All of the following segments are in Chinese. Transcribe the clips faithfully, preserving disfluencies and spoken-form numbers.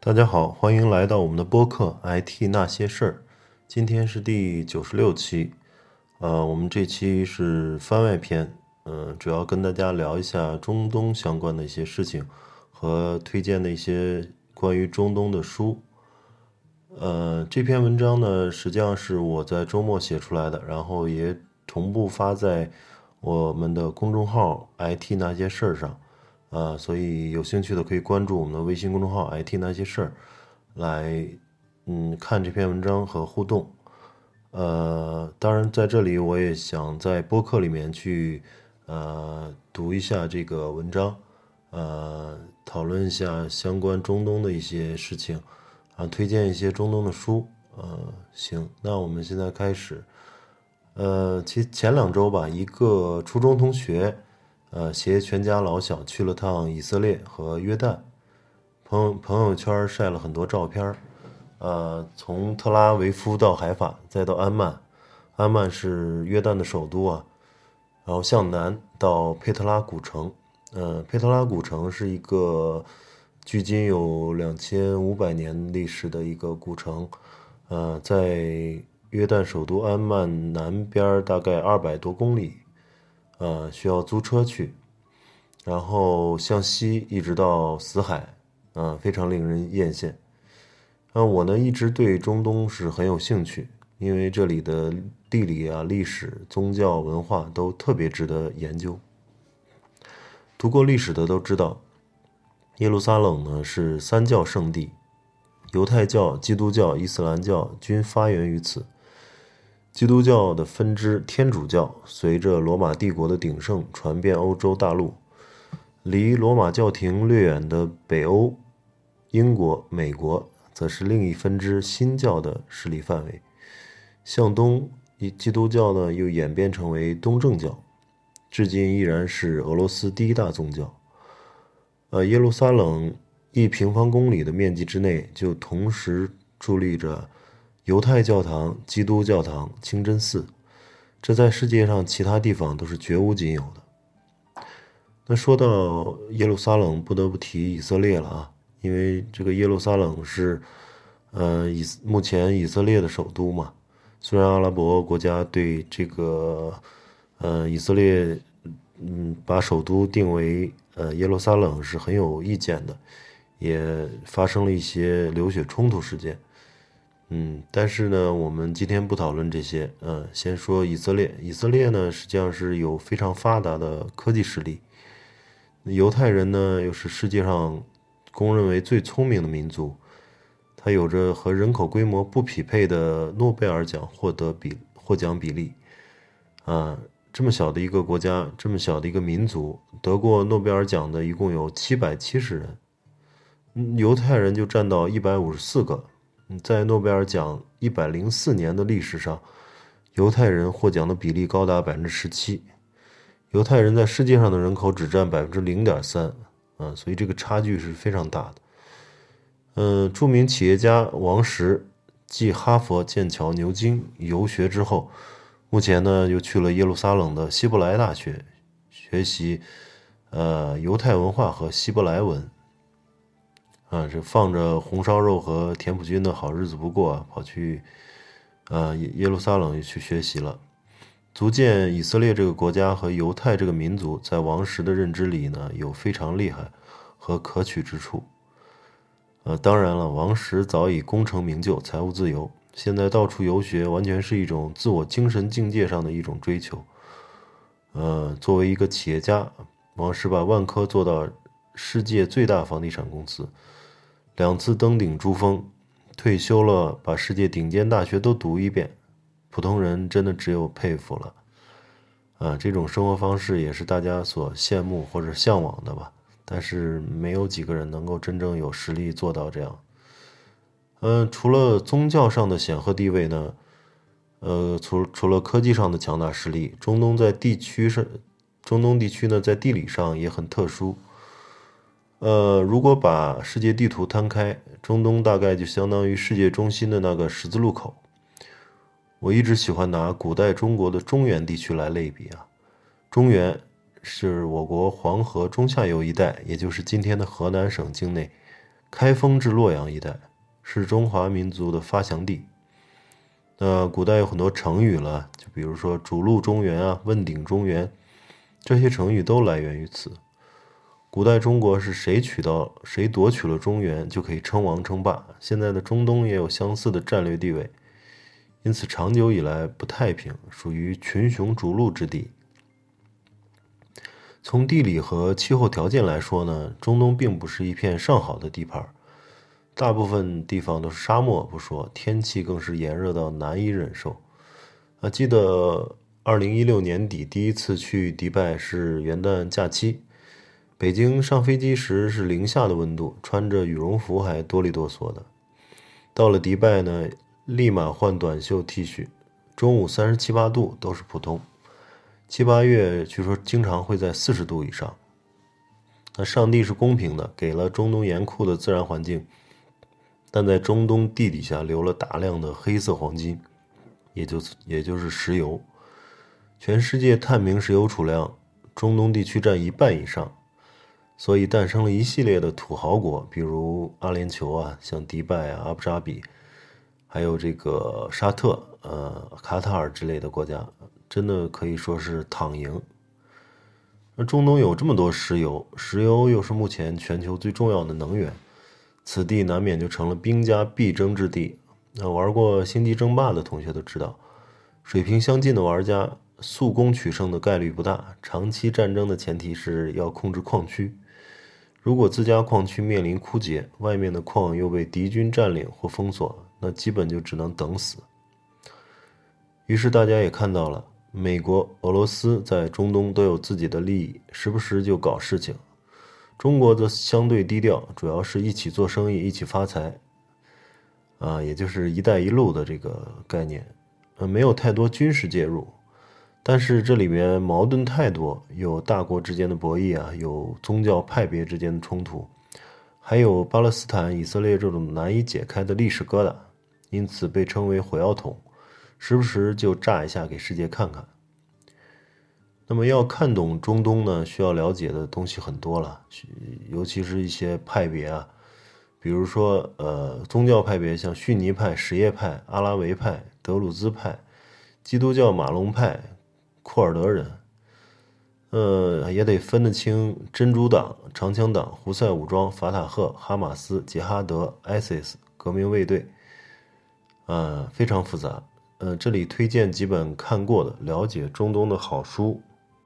大家好，欢迎来到我们的播客 I T 那些事儿。今天是第九十六期，呃，我们这期是番外篇，嗯、呃，主要跟大家聊一下中东相关的一些事情和推荐的一些关于中东的书。呃，这篇文章呢，实际上是我在周末写出来的，然后也同步发在我们的公众号 I T 那些事儿上。呃，所以有兴趣的可以关注我们的微信公众号 I T 那些事儿，来嗯看这篇文章和互动。呃，当然在这里我也想在播客里面去呃读一下这个文章，呃讨论一下相关中东的一些事情，啊，推荐一些中东的书。呃，行，那我们现在开始。呃，其前两周吧，一个初中同学。呃，携全家老小去了趟以色列和约旦，朋友朋友圈晒了很多照片。呃，从特拉维夫到海法，再到安曼，安曼是约旦的首都啊，然后向南到佩特拉古城。呃，佩特拉古城是一个距今有两千五百年历史的一个古城，呃，在约旦首都安曼南边大概二百多公里。呃，需要租车去，然后向西一直到死海，啊、呃，非常令人艳羡。啊、呃，我呢一直对中东是很有兴趣，因为这里的地理啊、历史、宗教、文化都特别值得研究。读过历史的都知道，耶路撒冷呢是三教圣地，犹太教、基督教、伊斯兰教均发源于此。基督教的分支天主教随着罗马帝国的鼎盛传遍欧洲大陆，离罗马教廷略远的北欧、英国、美国则是另一分支新教的势力范围。向东，基督教呢又演变成为东正教，至今依然是俄罗斯第一大宗教。呃，耶路撒冷一平方公里的面积之内就同时矗立着犹太教堂、基督教堂、清真寺，这在世界上其他地方都是绝无仅有的。那说到耶路撒冷，不得不提以色列了啊，因为这个耶路撒冷是，呃，以目前以色列的首都嘛。虽然阿拉伯国家对这个，呃，以色列，嗯，把首都定为呃耶路撒冷是很有意见的，也发生了一些流血冲突事件。嗯，但是呢，我们今天不讨论这些。嗯、呃，先说以色列。以色列呢，实际上是有非常发达的科技实力。犹太人呢，又是世界上公认为最聪明的民族。它有着和人口规模不匹配的诺贝尔奖获得比获奖比例。啊，这么小的一个国家，这么小的一个民族，得过诺贝尔奖的一共有七百七十人，嗯犹太人就占到一百五十四个。在诺贝尔奖一百零四年的历史上，犹太人获奖的比例高达百分之十七。犹太人在世界上的人口只占百分之零点三，啊，所以这个差距是非常大的。呃，著名企业家王石继哈佛、剑桥、牛津游学之后，目前呢又去了耶路撒冷的希伯来大学学习呃犹太文化和希伯来文。啊，这放着红烧肉和田朴珺的好日子不过啊，跑去呃耶耶路撒冷去学习了，足见以色列这个国家和犹太这个民族在王石的认知里呢有非常厉害和可取之处。呃，当然了，王石早已功成名就，财务自由，现在到处游学，完全是一种自我精神境界上的一种追求。呃，作为一个企业家，王石把万科做到世界最大房地产公司。两次登顶珠峰，退休了，把世界顶尖大学都读一遍，普通人真的只有佩服了。啊，这种生活方式也是大家所羡慕或者向往的吧，但是没有几个人能够真正有实力做到这样。嗯、呃，除了宗教上的显赫地位呢，呃，除除了科技上的强大实力，中东在地区上，中东地区呢在地理上也很特殊。呃，如果把世界地图摊开，中东大概就相当于世界中心的那个十字路口。我一直喜欢拿古代中国的中原地区来类比啊。中原是我国黄河中下游一带，也就是今天的河南省境内开封至洛阳一带，是中华民族的发祥地。那古代有很多成语了，就比如说逐鹿中原啊、问鼎中原，这些成语都来源于此。古代中国是谁取到谁夺取了中原，就可以称王称霸。现在的中东也有相似的战略地位，因此长久以来不太平，属于群雄逐鹿之地。从地理和气候条件来说呢，中东并不是一片上好的地盘，大部分地方都是沙漠不说，天气更是炎热到难以忍受。啊，记得二零一六年底第一次去迪拜是元旦假期，北京上飞机时是零下的温度，穿着羽绒服还哆里哆嗦的。到了迪拜呢，立马换短袖 T 恤，中午三十七八度都是普通。七八月据说经常会在四十度以上。那上帝是公平的，给了中东严酷的自然环境，但在中东地底下留了大量的黑色黄金，也就也就是石油。全世界探明石油储量，中东地区占一半以上，所以诞生了一系列的土豪国，比如阿联酋啊，像迪拜啊、阿布扎比，还有这个沙特、呃卡塔尔之类的国家。真的可以说是躺赢。那中东有这么多石油，石油又是目前全球最重要的能源，此地难免就成了兵家必争之地。那玩过星际争霸的同学都知道，水平相近的玩家速攻取胜的概率不大，长期战争的前提是要控制矿区。如果自家矿区面临枯竭，外面的矿又被敌军占领或封锁，那基本就只能等死。于是大家也看到了，美国、俄罗斯在中东都有自己的利益，时不时就搞事情。中国则相对低调，主要是一起做生意，一起发财，啊，也就是一带一路的这个概念，呃，没有太多军事介入。但是这里面矛盾太多，有大国之间的博弈啊，有宗教派别之间的冲突，还有巴勒斯坦、以色列这种难以解开的历史疙瘩，因此被称为火药桶。时不时就炸一下给世界看看。那么要看懂中东呢，需要了解的东西很多了，尤其是一些派别啊，比如说呃宗教派别，像逊尼派、什叶派、阿拉维派、德鲁兹派、基督教马龙派、库尔德人，呃也得分得清真主党、长枪党、胡塞武装、法塔赫、哈马斯、杰哈德、I S I S 革命卫队，呃非常复杂。呃，这里推荐几本看过的了解中东的好书。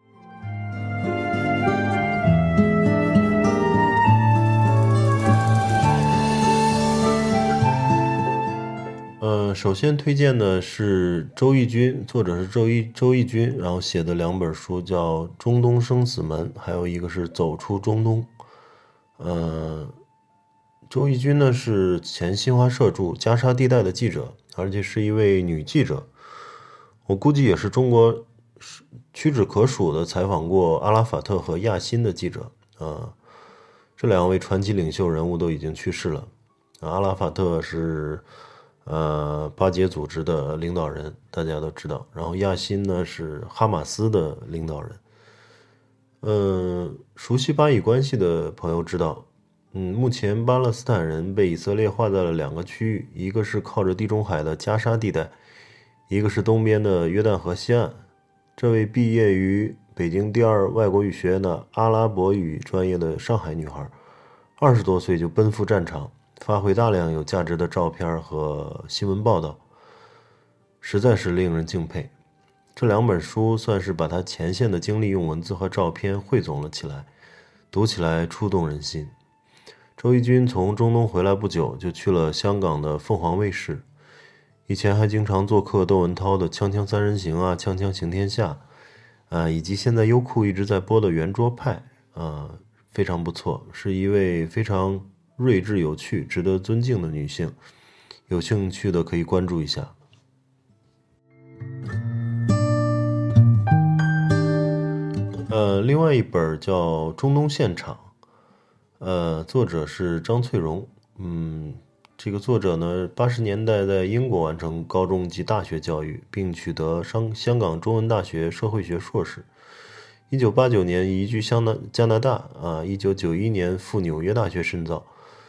呃，首先推荐的是周轶君，作者是周轶周轶君，然后写的两本书叫《中东生死门》，还有一个是《走出中东》。呃，周轶君呢是前新华社驻加沙地带的记者，而且是一位女记者，我估计也是中国屈指可数的采访过阿拉法特和亚辛的记者啊。这两位传奇领袖人物都已经去世了。阿拉法特是呃巴解组织的领导人，大家都知道。然后亚辛呢是哈马斯的领导人。嗯，熟悉巴以关系的朋友知道，嗯，目前巴勒斯坦人被以色列划在了两个区域，一个是靠着地中海的加沙地带，一个是东边的约旦河西岸。这位毕业于北京第二外国语学院的阿拉伯语专业的上海女孩，二十多岁就奔赴战场，发挥大量有价值的照片和新闻报道，实在是令人敬佩。这两本书算是把她前线的经历用文字和照片汇总了起来，读起来触动人心。周轶君从中东回来不久，就去了香港的凤凰卫视，以前还经常做客窦文涛的《锵锵三人行》啊，《锵锵行天下》啊，以及现在优酷一直在播的《圆桌派》啊，非常不错，是一位非常睿智有趣、值得尊敬的女性，有兴趣的可以关注一下。呃，另外一本叫《中东现场》。呃，作者是张翠荣，嗯，这个作者呢，八十年代在英国完成高中及大学教育，并取得香香港中文大学社会学硕士。一九八九年移居香港加拿大，啊，一九九一年赴纽约大学深造。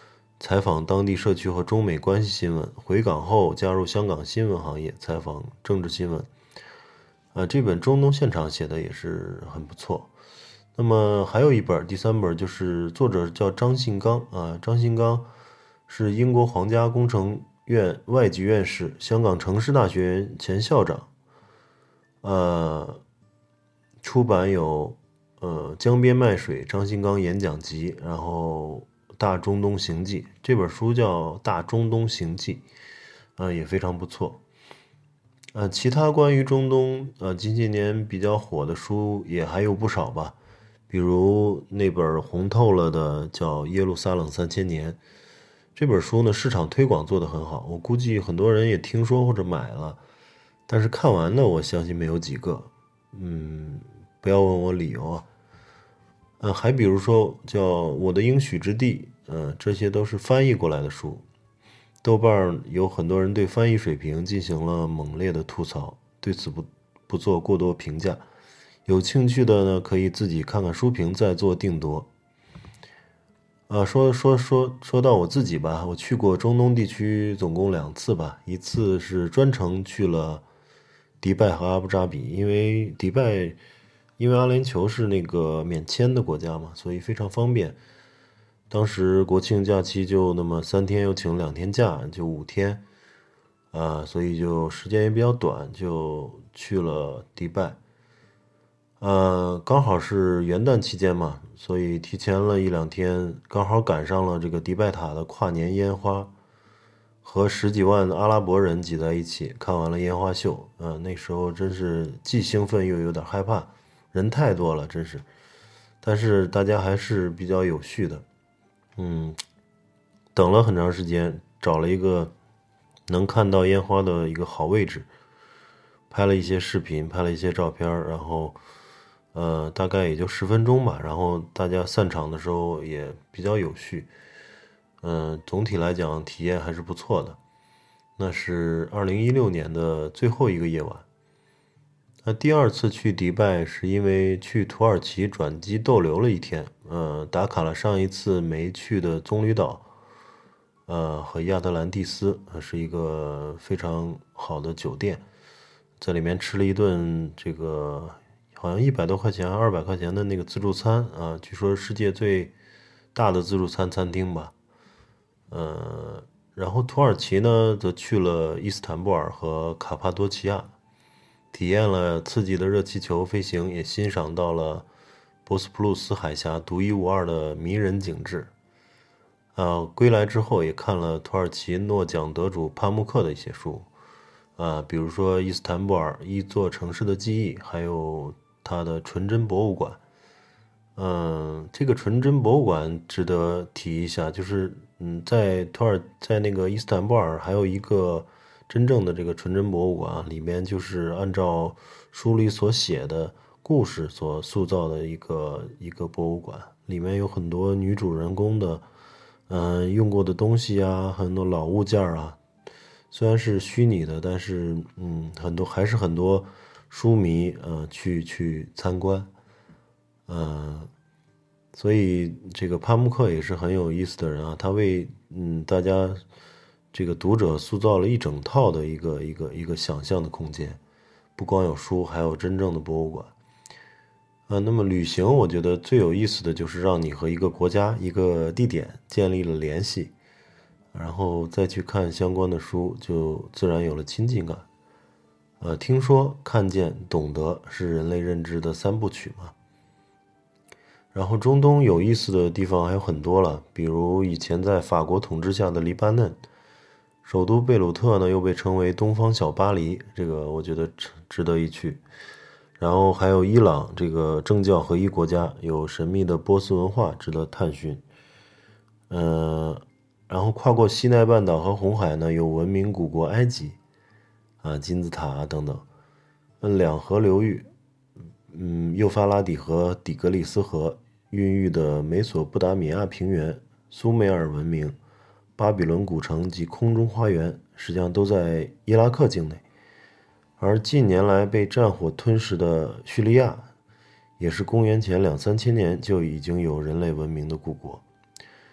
采访当地社区和中美关系新闻，回港后加入香港新闻行业，采访政治新闻。啊，这本中东现场写的也是很不错。那么还有一本，第三本就是作者叫张信刚啊，张信刚是英国皇家工程院外籍院士，香港城市大学院前校长。呃，出版有呃江边麦水、张信刚演讲集，然后大中东行记，这本书叫大中东行记，啊、也非常不错。呃，其他关于中东呃近些年比较火的书也还有不少吧，比如那本红透了的叫《耶路撒冷三千年》，这本书呢市场推广做得很好，我估计很多人也听说或者买了，但是看完呢，我相信没有几个。嗯，不要问我理由啊。呃，还比如说叫《我的应许之地》，呃，这些都是翻译过来的书。豆瓣有很多人对翻译水平进行了猛烈的吐槽，对此不不做过多评价。有兴趣的呢，可以自己看看书评再做定夺。啊，说说说说到我自己吧，我去过中东地区总共两次吧，一次是专程去了迪拜和阿布扎比，因为迪拜因为阿联酋是那个免签的国家嘛，所以非常方便。当时国庆假期就那么三天，又请两天假，就五天，啊，所以就时间也比较短，就去了迪拜。呃，刚好是元旦期间嘛，所以提前了一两天，刚好赶上了这个迪拜塔的跨年烟花，和十几万阿拉伯人挤在一起，看完了烟花秀。嗯、呃，那时候真是既兴奋又有点害怕，人太多了，真是。但是大家还是比较有序的。嗯，等了很长时间，找了一个能看到烟花的一个好位置，拍了一些视频，拍了一些照片，然后呃大概也就十分钟吧，然后大家散场的时候也比较有序。嗯、呃，总体来讲体验还是不错的。那是二零一六年的最后一个夜晚。那第二次去迪拜是因为去土耳其转机逗留了一天，呃，打卡了上一次没去的棕榈岛，呃，和亚特兰蒂斯，呃是一个非常好的酒店，在里面吃了一顿这个好像一百多块钱、二百块钱的那个自助餐啊，据说世界最大的自助餐餐厅吧，呃，然后土耳其呢，则去了伊斯坦布尔和卡帕多奇亚。体验了刺激的热气球飞行，也欣赏到了博斯普鲁斯海峡独一无二的迷人景致。呃，归来之后也看了土耳其诺奖得主帕慕克的一些书，啊、呃，比如说伊斯坦布尔一座城市的记忆，还有他的纯真博物馆。嗯、呃，这个纯真博物馆值得提一下，就是嗯，在土耳在那个伊斯坦布尔还有一个。真正的这个纯真博物馆啊，里面就是按照书里所写的故事所塑造的一个一个博物馆，里面有很多女主人公的，嗯、呃，用过的东西啊，很多老物件啊，虽然是虚拟的，但是嗯，很多还是很多书迷呃去去参观，呃，所以这个帕慕克也是很有意思的人啊，他为嗯大家。这个读者塑造了一整套的一个一个一个想象的空间，不光有书，还有真正的博物馆。呃，那么旅行，我觉得最有意思的就是让你和一个国家、一个地点建立了联系，然后再去看相关的书，就自然有了亲近感。呃，听说、看见、懂得是人类认知的三部曲嘛。然后中东有意思的地方还有很多了，比如以前在法国统治下的黎巴嫩。首都贝鲁特呢，又被称为东方小巴黎，这个我觉得值得一去。然后还有伊朗这个政教合一国家，有神秘的波斯文化值得探寻。呃，然后跨过西奈半岛和红海呢，有文明古国埃及，啊，金字塔啊等等。嗯，两河流域，嗯，幼发拉底河、底格里斯河孕育的美索不达米亚平原、苏美尔文明。巴比伦古城及空中花园实际上都在伊拉克境内，而近年来被战火吞噬的叙利亚，也是公元前两三千年就已经有人类文明的故国。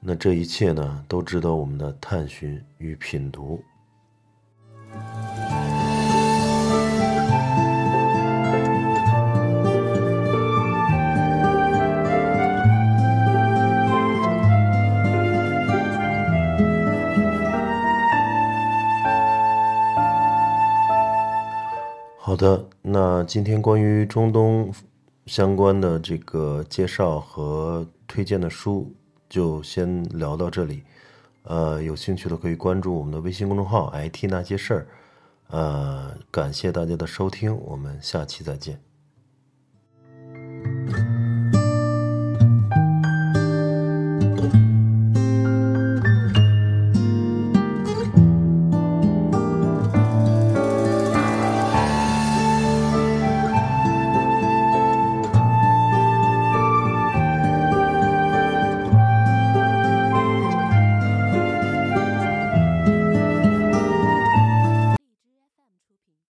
那这一切呢，都值得我们的探寻与品读。好的，那今天关于中东相关的这个介绍和推荐的书就先聊到这里。呃，有兴趣的可以关注我们的微信公众号 I T 那些事儿。呃，感谢大家的收听，我们下期再见。